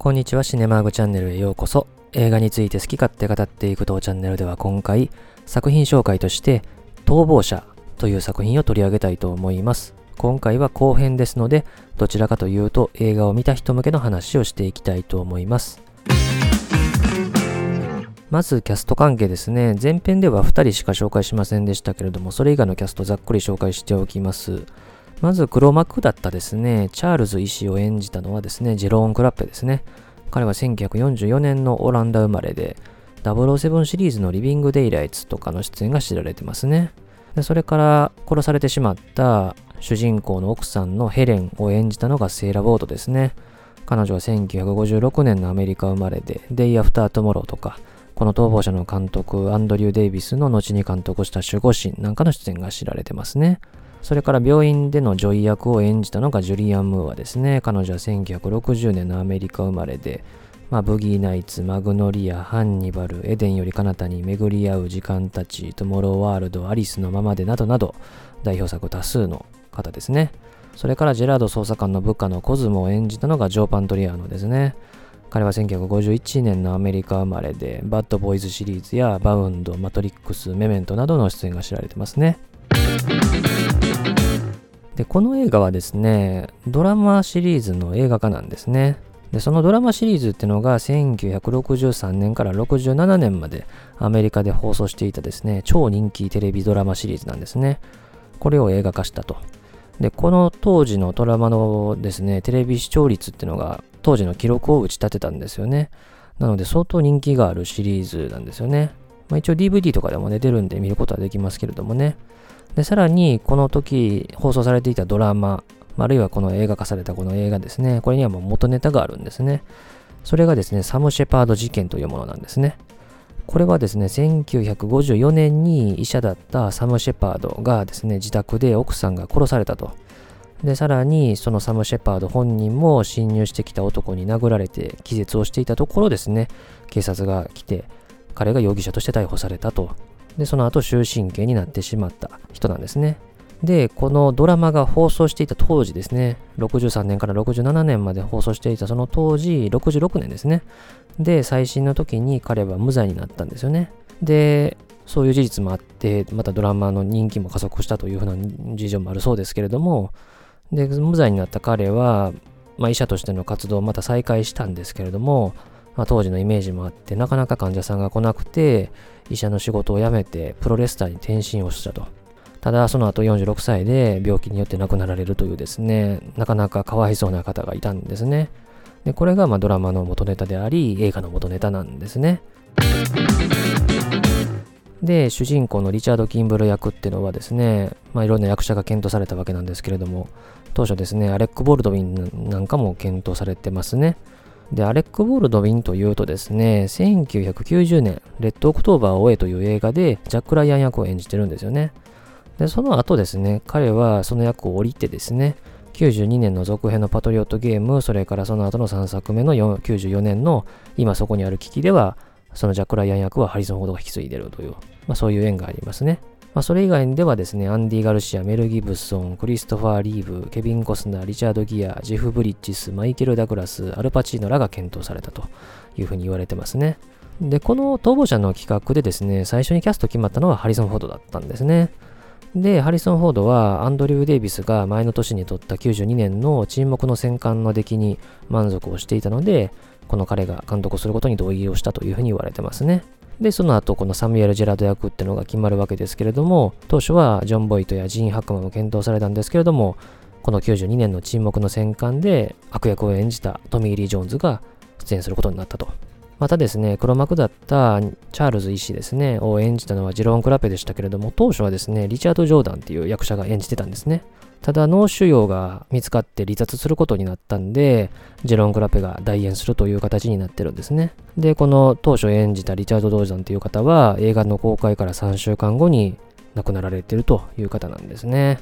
こんにちは、シネマーグチャンネルへようこそ。映画について好き勝手語っていく当チャンネルでは今回、作品紹介として逃亡者という作品を取り上げたいと思います。今回は後編ですので、どちらかというと映画を見た人向けの話をしていきたいと思います。まずキャスト関係ですね。前編では2人しか紹介しませんでしたけれども、それ以外のキャストざっくり紹介しておきます。まず黒幕だったですね、チャールズ医師を演じたのはですね、ジェローン・クラッペですね。彼は1944年のオランダ生まれで、007シリーズのリビング・デイライツとかの出演が知られてますね。でそれから殺されてしまった主人公の奥さんのヘレンを演じたのがセイラ・ボードですね。彼女は1956年のアメリカ生まれで、デイ・アフター・トゥモローとか、この逃亡者の監督、アンドリュー・デイビスの後に監督した守護神なんかの出演が知られてますね。それから病院での女医役を演じたのがジュリアン・ムーアですね。彼女は1960年のアメリカ生まれで、ブギーナイツ、マグノリア、ハンニバル、エデンより彼方に巡り合う時間たち、トゥモローワールド、アリスのままでなどなど、代表作多数の方ですね。それからジェラード捜査官の部下のコズモを演じたのがジョー・パントリアーノですね。彼は1951年のアメリカ生まれで、バッドボーイズシリーズやバウンド、マトリックス、メメントなどの出演が知られてますね。で、この映画はですね、ドラマシリーズの映画化なんですね。で、そのドラマシリーズっていうのが1963年から67年までアメリカで放送していたですね、超人気テレビドラマシリーズなんですね。これを映画化したと。で、この当時のドラマのですね、テレビ視聴率っていうのが当時の記録を打ち立てたんですよね。なので相当人気があるシリーズなんですよね。一応 DVD とかでも出てるんで見ることはできますけれどもね。で、さらにこの時放送されていたドラマ、あるいはこの映画化されたこの映画ですね。これにはもう元ネタがあるんですね。それがですね、サム・シェパード事件というものなんですね。これはですね、1954年に医者だったサム・シェパードがですね、自宅で奥さんが殺されたと。で、さらにそのサム・シェパード本人も侵入してきた男に殴られて気絶をしていたところですね、警察が来て、彼が容疑者として逮捕されたと。で、その後終身刑になってしまった人なんですね。で、このドラマが放送していた当時ですね、63年から67年まで放送していたその当時、66年ですね。で、再審の時に彼は無罪になったんですよね。で、そういう事実もあって、またドラマの人気も加速したというふうな事情もあるそうですけれども、で、無罪になった彼は、医者としての活動をまた再開したんですけれども、当時のイメージもあって、なかなか患者さんが来なくて、医者の仕事を辞めてプロレスラーに転身をしたと。ただ、その後46歳で病気によって亡くなられるというですね、なかなかかわいそうな方がいたんですね。で、これがドラマの元ネタであり、映画の元ネタなんですね。で、主人公のリチャード・キンブル役っていうのはですね、いろんな役者が検討されたわけなんですけれども、当初ですね、アレック・ボールドウィンなんかも検討されてますね。で、アレック・ボールドウィンというとですね、1990年、レッド・オクトーバーを追えという映画でジャック・ライアン役を演じてるんですよね。で、その後ですね、彼はその役を降りてですね、92年の続編のパトリオットゲーム、それからその後の3作目の94年の今そこにある危機では、そのジャック・ライアン役はハリソン・フォードが引き継いでるという、そういう縁がありますね。それ以外ではですね、アンディ・ガルシア、メル・ギブソン、クリストファー・リーブ、ケビン・コスナー、リチャード・ギア、ジェフ・ブリッジス、マイケル・ダグラス、アルパチーノらが検討されたというふうに言われてますね。で、この逃亡者の企画でですね、最初にキャスト決まったのはハリソン・フォードだったんですね。で、ハリソン・フォードはアンドリュー・デイビスが前の年に撮った92年の沈黙の戦艦の出来に満足をしていたので、この彼が監督することに同意をしたというふうに言われてますね。で、その後このサミュエル・ジェラード役っていうのが決まるわけですけれども、当初はジョン・ボイトやジーン・ハックマンも検討されたんですけれども、この92年の沈黙の戦艦で悪役を演じたトミー・リー・ジョーンズが出演することになったと。またですね、黒幕だったチャールズ医師ですね、を演じたのはジェローン・クラペでしたけれども、当初はですね、リチャード・ジョーダンっていう役者が演じてたんですね。ただ脳腫瘍が見つかって離脱することになったんで、ジェローン・クラペが代演するという形になってるんですね。で、この当初演じたリチャード・ジョーダンという方は映画の公開から3週間後に亡くなられているという方なんですね。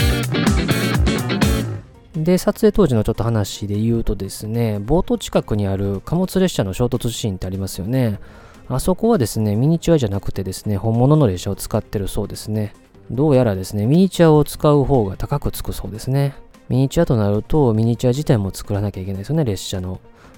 で、撮影当時のちょっと話で言うとですね、冒頭近くにある貨物列車の衝突シーンってありますよね。あそこはですね、ミニチュアじゃなくてですね、本物の列車を使ってるそうですね。どうやらですね、ミニチュアを使う方が高くつくそうですね。ミニチュアとなると、ミニチュア自体も作らなきゃいけないですよね、列車の。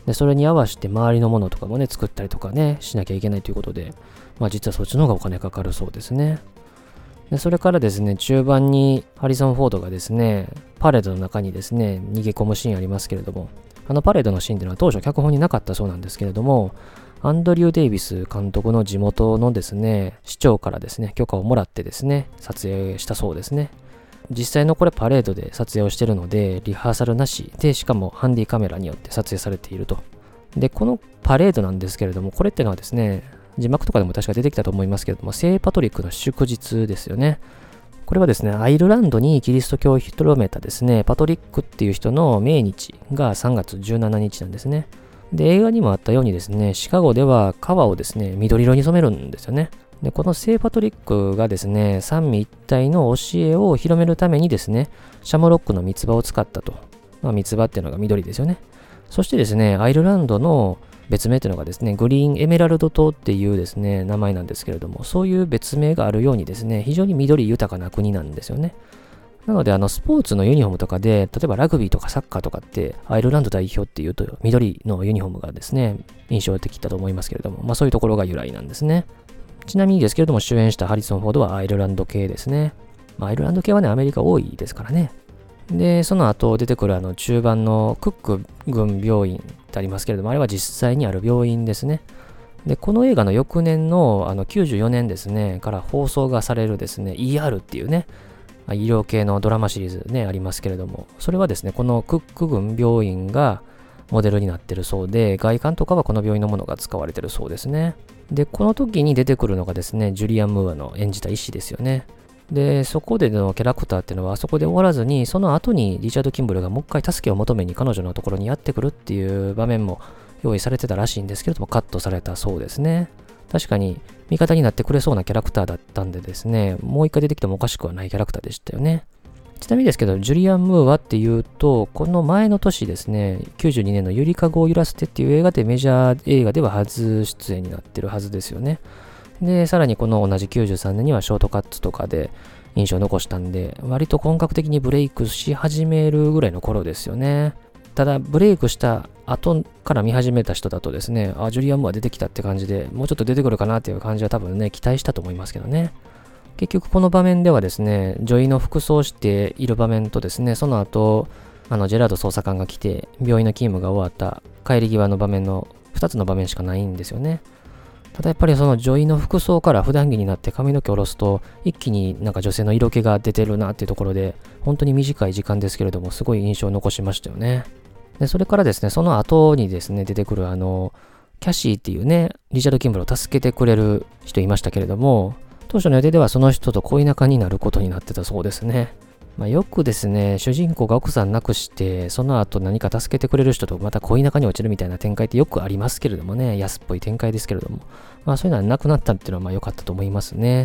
で、それに合わせて周りのものとかもね、作ったりとかね、しなきゃいけないということで、実はそっちの方がお金かかるそうですね。で、それからですね、中盤にハリソン・フォードがですね、パレードの中にですね、逃げ込むシーンありますけれども、パレードのシーンっていうのは当初脚本になかったそうなんですけれども、アンドリュー・デイビス監督の地元のですね、市長からですね、許可をもらってですね、撮影したそうですね。実際のこれパレードで撮影をしているので、リハーサルなしで、しかもハンディカメラによって撮影されていると。で、このパレードなんですけれども、これってのはですね、字幕とかでも確か出てきたと思いますけれども、聖パトリックの祝日ですよね。これはですね、アイルランドにキリスト教を広めたですね、パトリックっていう人の命日が3月17日なんですね。で、映画にもあったようにですね、シカゴでは川をですね、緑色に染めるんですよね。で、この聖パトリックがですね、三位一体の教えを広めるためにですね、シャムロックの三つ葉を使ったと。三つ葉っていうのが緑ですよね。そしてですね、アイルランドの別名というのがですね、グリーンエメラルド島っていうですね、名前なんですけれども、そういう別名があるようにですね、非常に緑豊かな国なんですよね。なので、スポーツのユニフォームとかで、例えばラグビーとかサッカーとかって、アイルランド代表っていうと、緑のユニフォームがですね、印象的だと思いますけれども、そういうところが由来なんですね。ちなみにですけれども、主演したハリソン・フォードはアイルランド系ですね。アイルランド系はね、アメリカ多いですからね。で、その後出てくる中盤のクック軍病院ってありますけれども、あれは実際にある病院ですね。で、この映画の翌年の94年ですね、から放送がされるですね、ER っていうね、医療系のドラマシリーズね、ありますけれども、それはですね、このクック軍病院がモデルになってるそうで、外観とかはこの病院のものが使われてるそうですね。で、この時に出てくるのがですね、ジュリアン・ムーアの演じた医師ですよね。で、そこでのキャラクターっていうのはあそこで終わらずに、その後にリチャード・キンブルがもう一回助けを求めに彼女のところにやってくるっていう場面も用意されてたらしいんですけれども、カットされたそうですね。確かに味方になってくれそうなキャラクターだったんでですね、もう一回出てきてもおかしくはないキャラクターでしたよね。ちなみにですけど、ジュリアン・ムーアっていうと、この前の年ですね、92年のゆりかごを揺らせてっていう映画でメジャー映画では初出演になってるはずですよね。で、さらにこの同じ93年にはショートカットとかで印象を残したんで、割と本格的にブレイクし始めるぐらいの頃ですよね。ただ、ブレイクした後から見始めた人だとですね、ジュリアン・ムーア出てきたって感じで、もうちょっと出てくるかなっていう感じは多分ね、期待したと思いますけどね。結局この場面ではですね、女医の服装をしている場面とですね、その後、ジェラード捜査官が来て、病院の勤務が終わった帰り際の場面の2つの場面しかないんですよね。ただやっぱりその女医の服装から普段着になって髪の毛を下ろすと、一気になんか女性の色気が出てるなっていうところで、本当に短い時間ですけれども、すごい印象を残しましたよね。で、それからですね、その後にですね、出てくるキャシーっていうね、リチャード・キンブルを助けてくれる人いましたけれども、当初の予定ではその人と恋仲になることになってたそうですね。よくですね、主人公が奥さん亡くして、その後何か助けてくれる人とまた恋仲に落ちるみたいな展開ってよくありますけれどもね、安っぽい展開ですけれども、そういうのはなくなったっていうのは良かったと思いますね。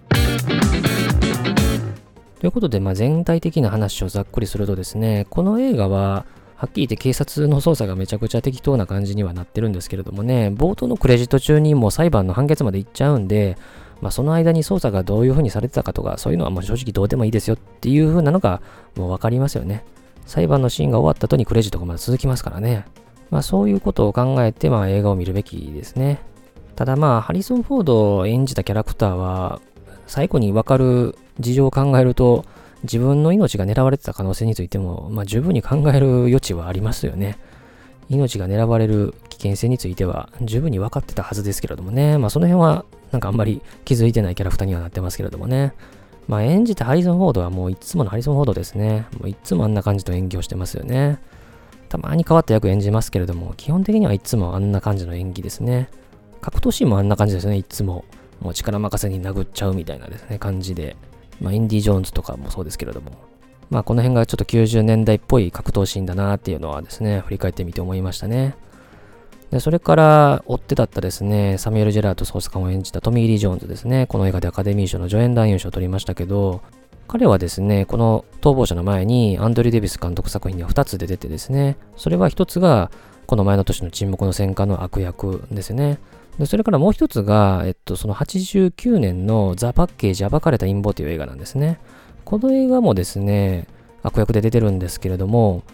ということで、全体的な話をざっくりするとですね、この映画は、はっきり言って警察の捜査がめちゃくちゃ適当な感じにはなってるんですけれどもね、冒頭のクレジット中にもう裁判の判決まで行っちゃうんで、その間に捜査がどういう風にされてたかとか、そういうのはもう正直どうでもいいですよっていう風なのがもうわかりますよね。裁判のシーンが終わった後にクレジットがまだ続きますからね。そういうことを考えて映画を見るべきですね。ただハリソン・フォードを演じたキャラクターは、最後にわかる事情を考えると、自分の命が狙われてた可能性についても、十分に考える余地はありますよね。命が狙われる危険性については十分に分かってたはずですけれどもね。その辺はなんかあんまり気づいてないキャラクターにはなってますけれどもね。演じたハリソン・フォードはもういつものハリソン・フォードですね。もういつもあんな感じの演技をしてますよね。たまに変わった役演じますけれども、基本的にはいつもあんな感じの演技ですね。格闘シーンもあんな感じですね。いつも。もう力任せに殴っちゃうみたいなですね、感じで。インディ・ジョーンズとかもそうですけれども。この辺がちょっと90年代っぽい格闘シーンだなっていうのはですね、振り返ってみて思いましたね。で、それから追ってだったですね、サミュエル・ジェラート捜査官を演じたトミー・リー・ジョーンズですね。この映画でアカデミー賞の助演男優賞を取りましたけど、彼はですね、この逃亡者の前にアンドリュー・デビス監督作品には2つで出てですね、それは1つがこの前の年の沈黙の戦艦の悪役ですね。で、それからもう1つが、その89年のザ・パッケージ暴かれた陰謀という映画なんですね。この映画もですね、悪役で出てるんですけれども、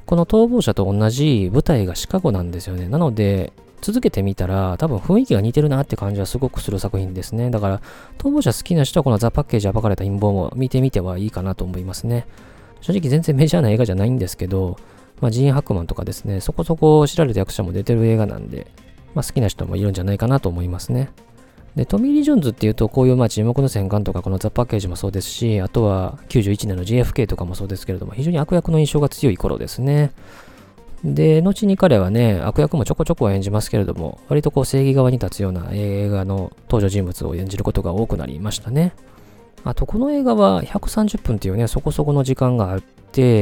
この逃亡者と同じ舞台がシカゴなんですよね。なので、続けてみたら多分雰囲気が似てるなって感じはすごくする作品ですね。だから、逃亡者好きな人はこのザ・パッケージ暴かれた陰謀も見てみてはいいかなと思いますね。正直全然メジャーな映画じゃないんですけど、ジーン・ハクマンとかですね、そこそこ知られた役者も出てる映画なんで、好きな人もいるんじゃないかなと思いますね。で、トミー・リー・ジョーンズっていうと、こういう沈黙の戦艦とか、このザ・パッケージもそうですし、あとは91年の JFK とかもそうですけれども、非常に悪役の印象が強い頃ですね。で、後に彼はね、悪役もちょこちょこは演じますけれども、割と正義側に立つような映画の登場人物を演じることが多くなりましたね。あと、この映画は130分っていうね、そこそこの時間があって、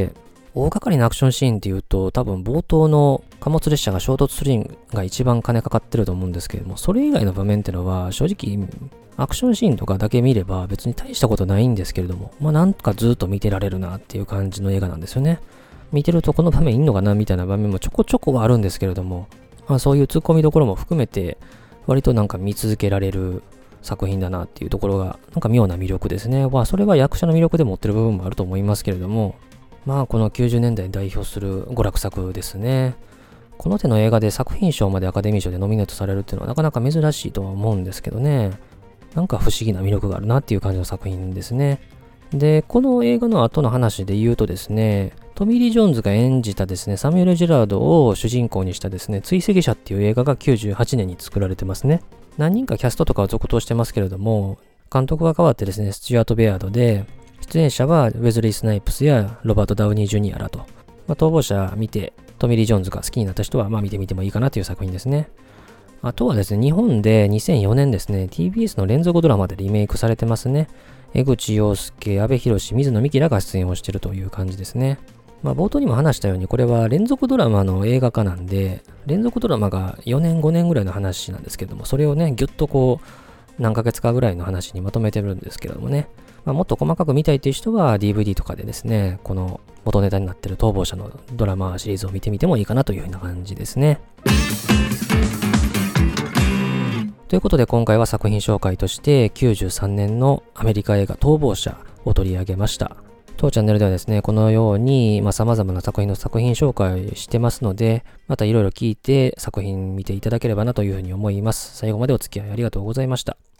大掛かりなアクションシーンっていうと、多分冒頭の貨物列車が衝突するシーンが一番金かかってると思うんですけれども、それ以外の場面ってのは、正直、アクションシーンとかだけ見れば別に大したことないんですけれども、なんかずっと見てられるなっていう感じの映画なんですよね。見てるとこの場面いんのかなみたいな場面もちょこちょこはあるんですけれども、そういう突っ込みどころも含めて、割となんか見続けられる作品だなっていうところが、なんか妙な魅力ですね。それは役者の魅力で持ってる部分もあると思いますけれども、この90年代代表する娯楽作ですね。この手の映画で作品賞までアカデミー賞でノミネートされるっていうのはなかなか珍しいとは思うんですけどね。なんか不思議な魅力があるなっていう感じの作品ですね。で、この映画の後の話で言うとですね、トミー・リー・ジョーンズが演じたですね、サミュエル・ジェラードを主人公にしたですね、追跡者っていう映画が98年に作られてますね。何人かキャストとかを続投してますけれども、監督が変わってですね、スチュアート・ベアードで、出演者はウェズリー・スナイプスやロバート・ダウニー・ジュニアらと。逃亡者見て、トミー・リー・ジョーンズが好きになった人は、見てみてもいいかなという作品ですね。あとはですね、日本で2004年ですね、TBS の連続ドラマでリメイクされてますね。江口洋介、阿部寛、水野美紀らが出演をしているという感じですね。冒頭にも話したように、これは連続ドラマの映画化なんで、連続ドラマが4年5年ぐらいの話なんですけども、それをね、ぎゅっと何ヶ月かぐらいの話にまとめてるんですけれどもね。もっと細かく見たいという人は DVD とかでですね、この元ネタになっている逃亡者のドラマシリーズを見てみてもいいかなというふうな感じですね。ということで今回は作品紹介として93年のアメリカ映画逃亡者を取り上げました。当チャンネルではですね、このように様々な作品紹介してますので、またいろいろ聞いて作品見ていただければなというふうに思います。最後までお付き合いありがとうございました。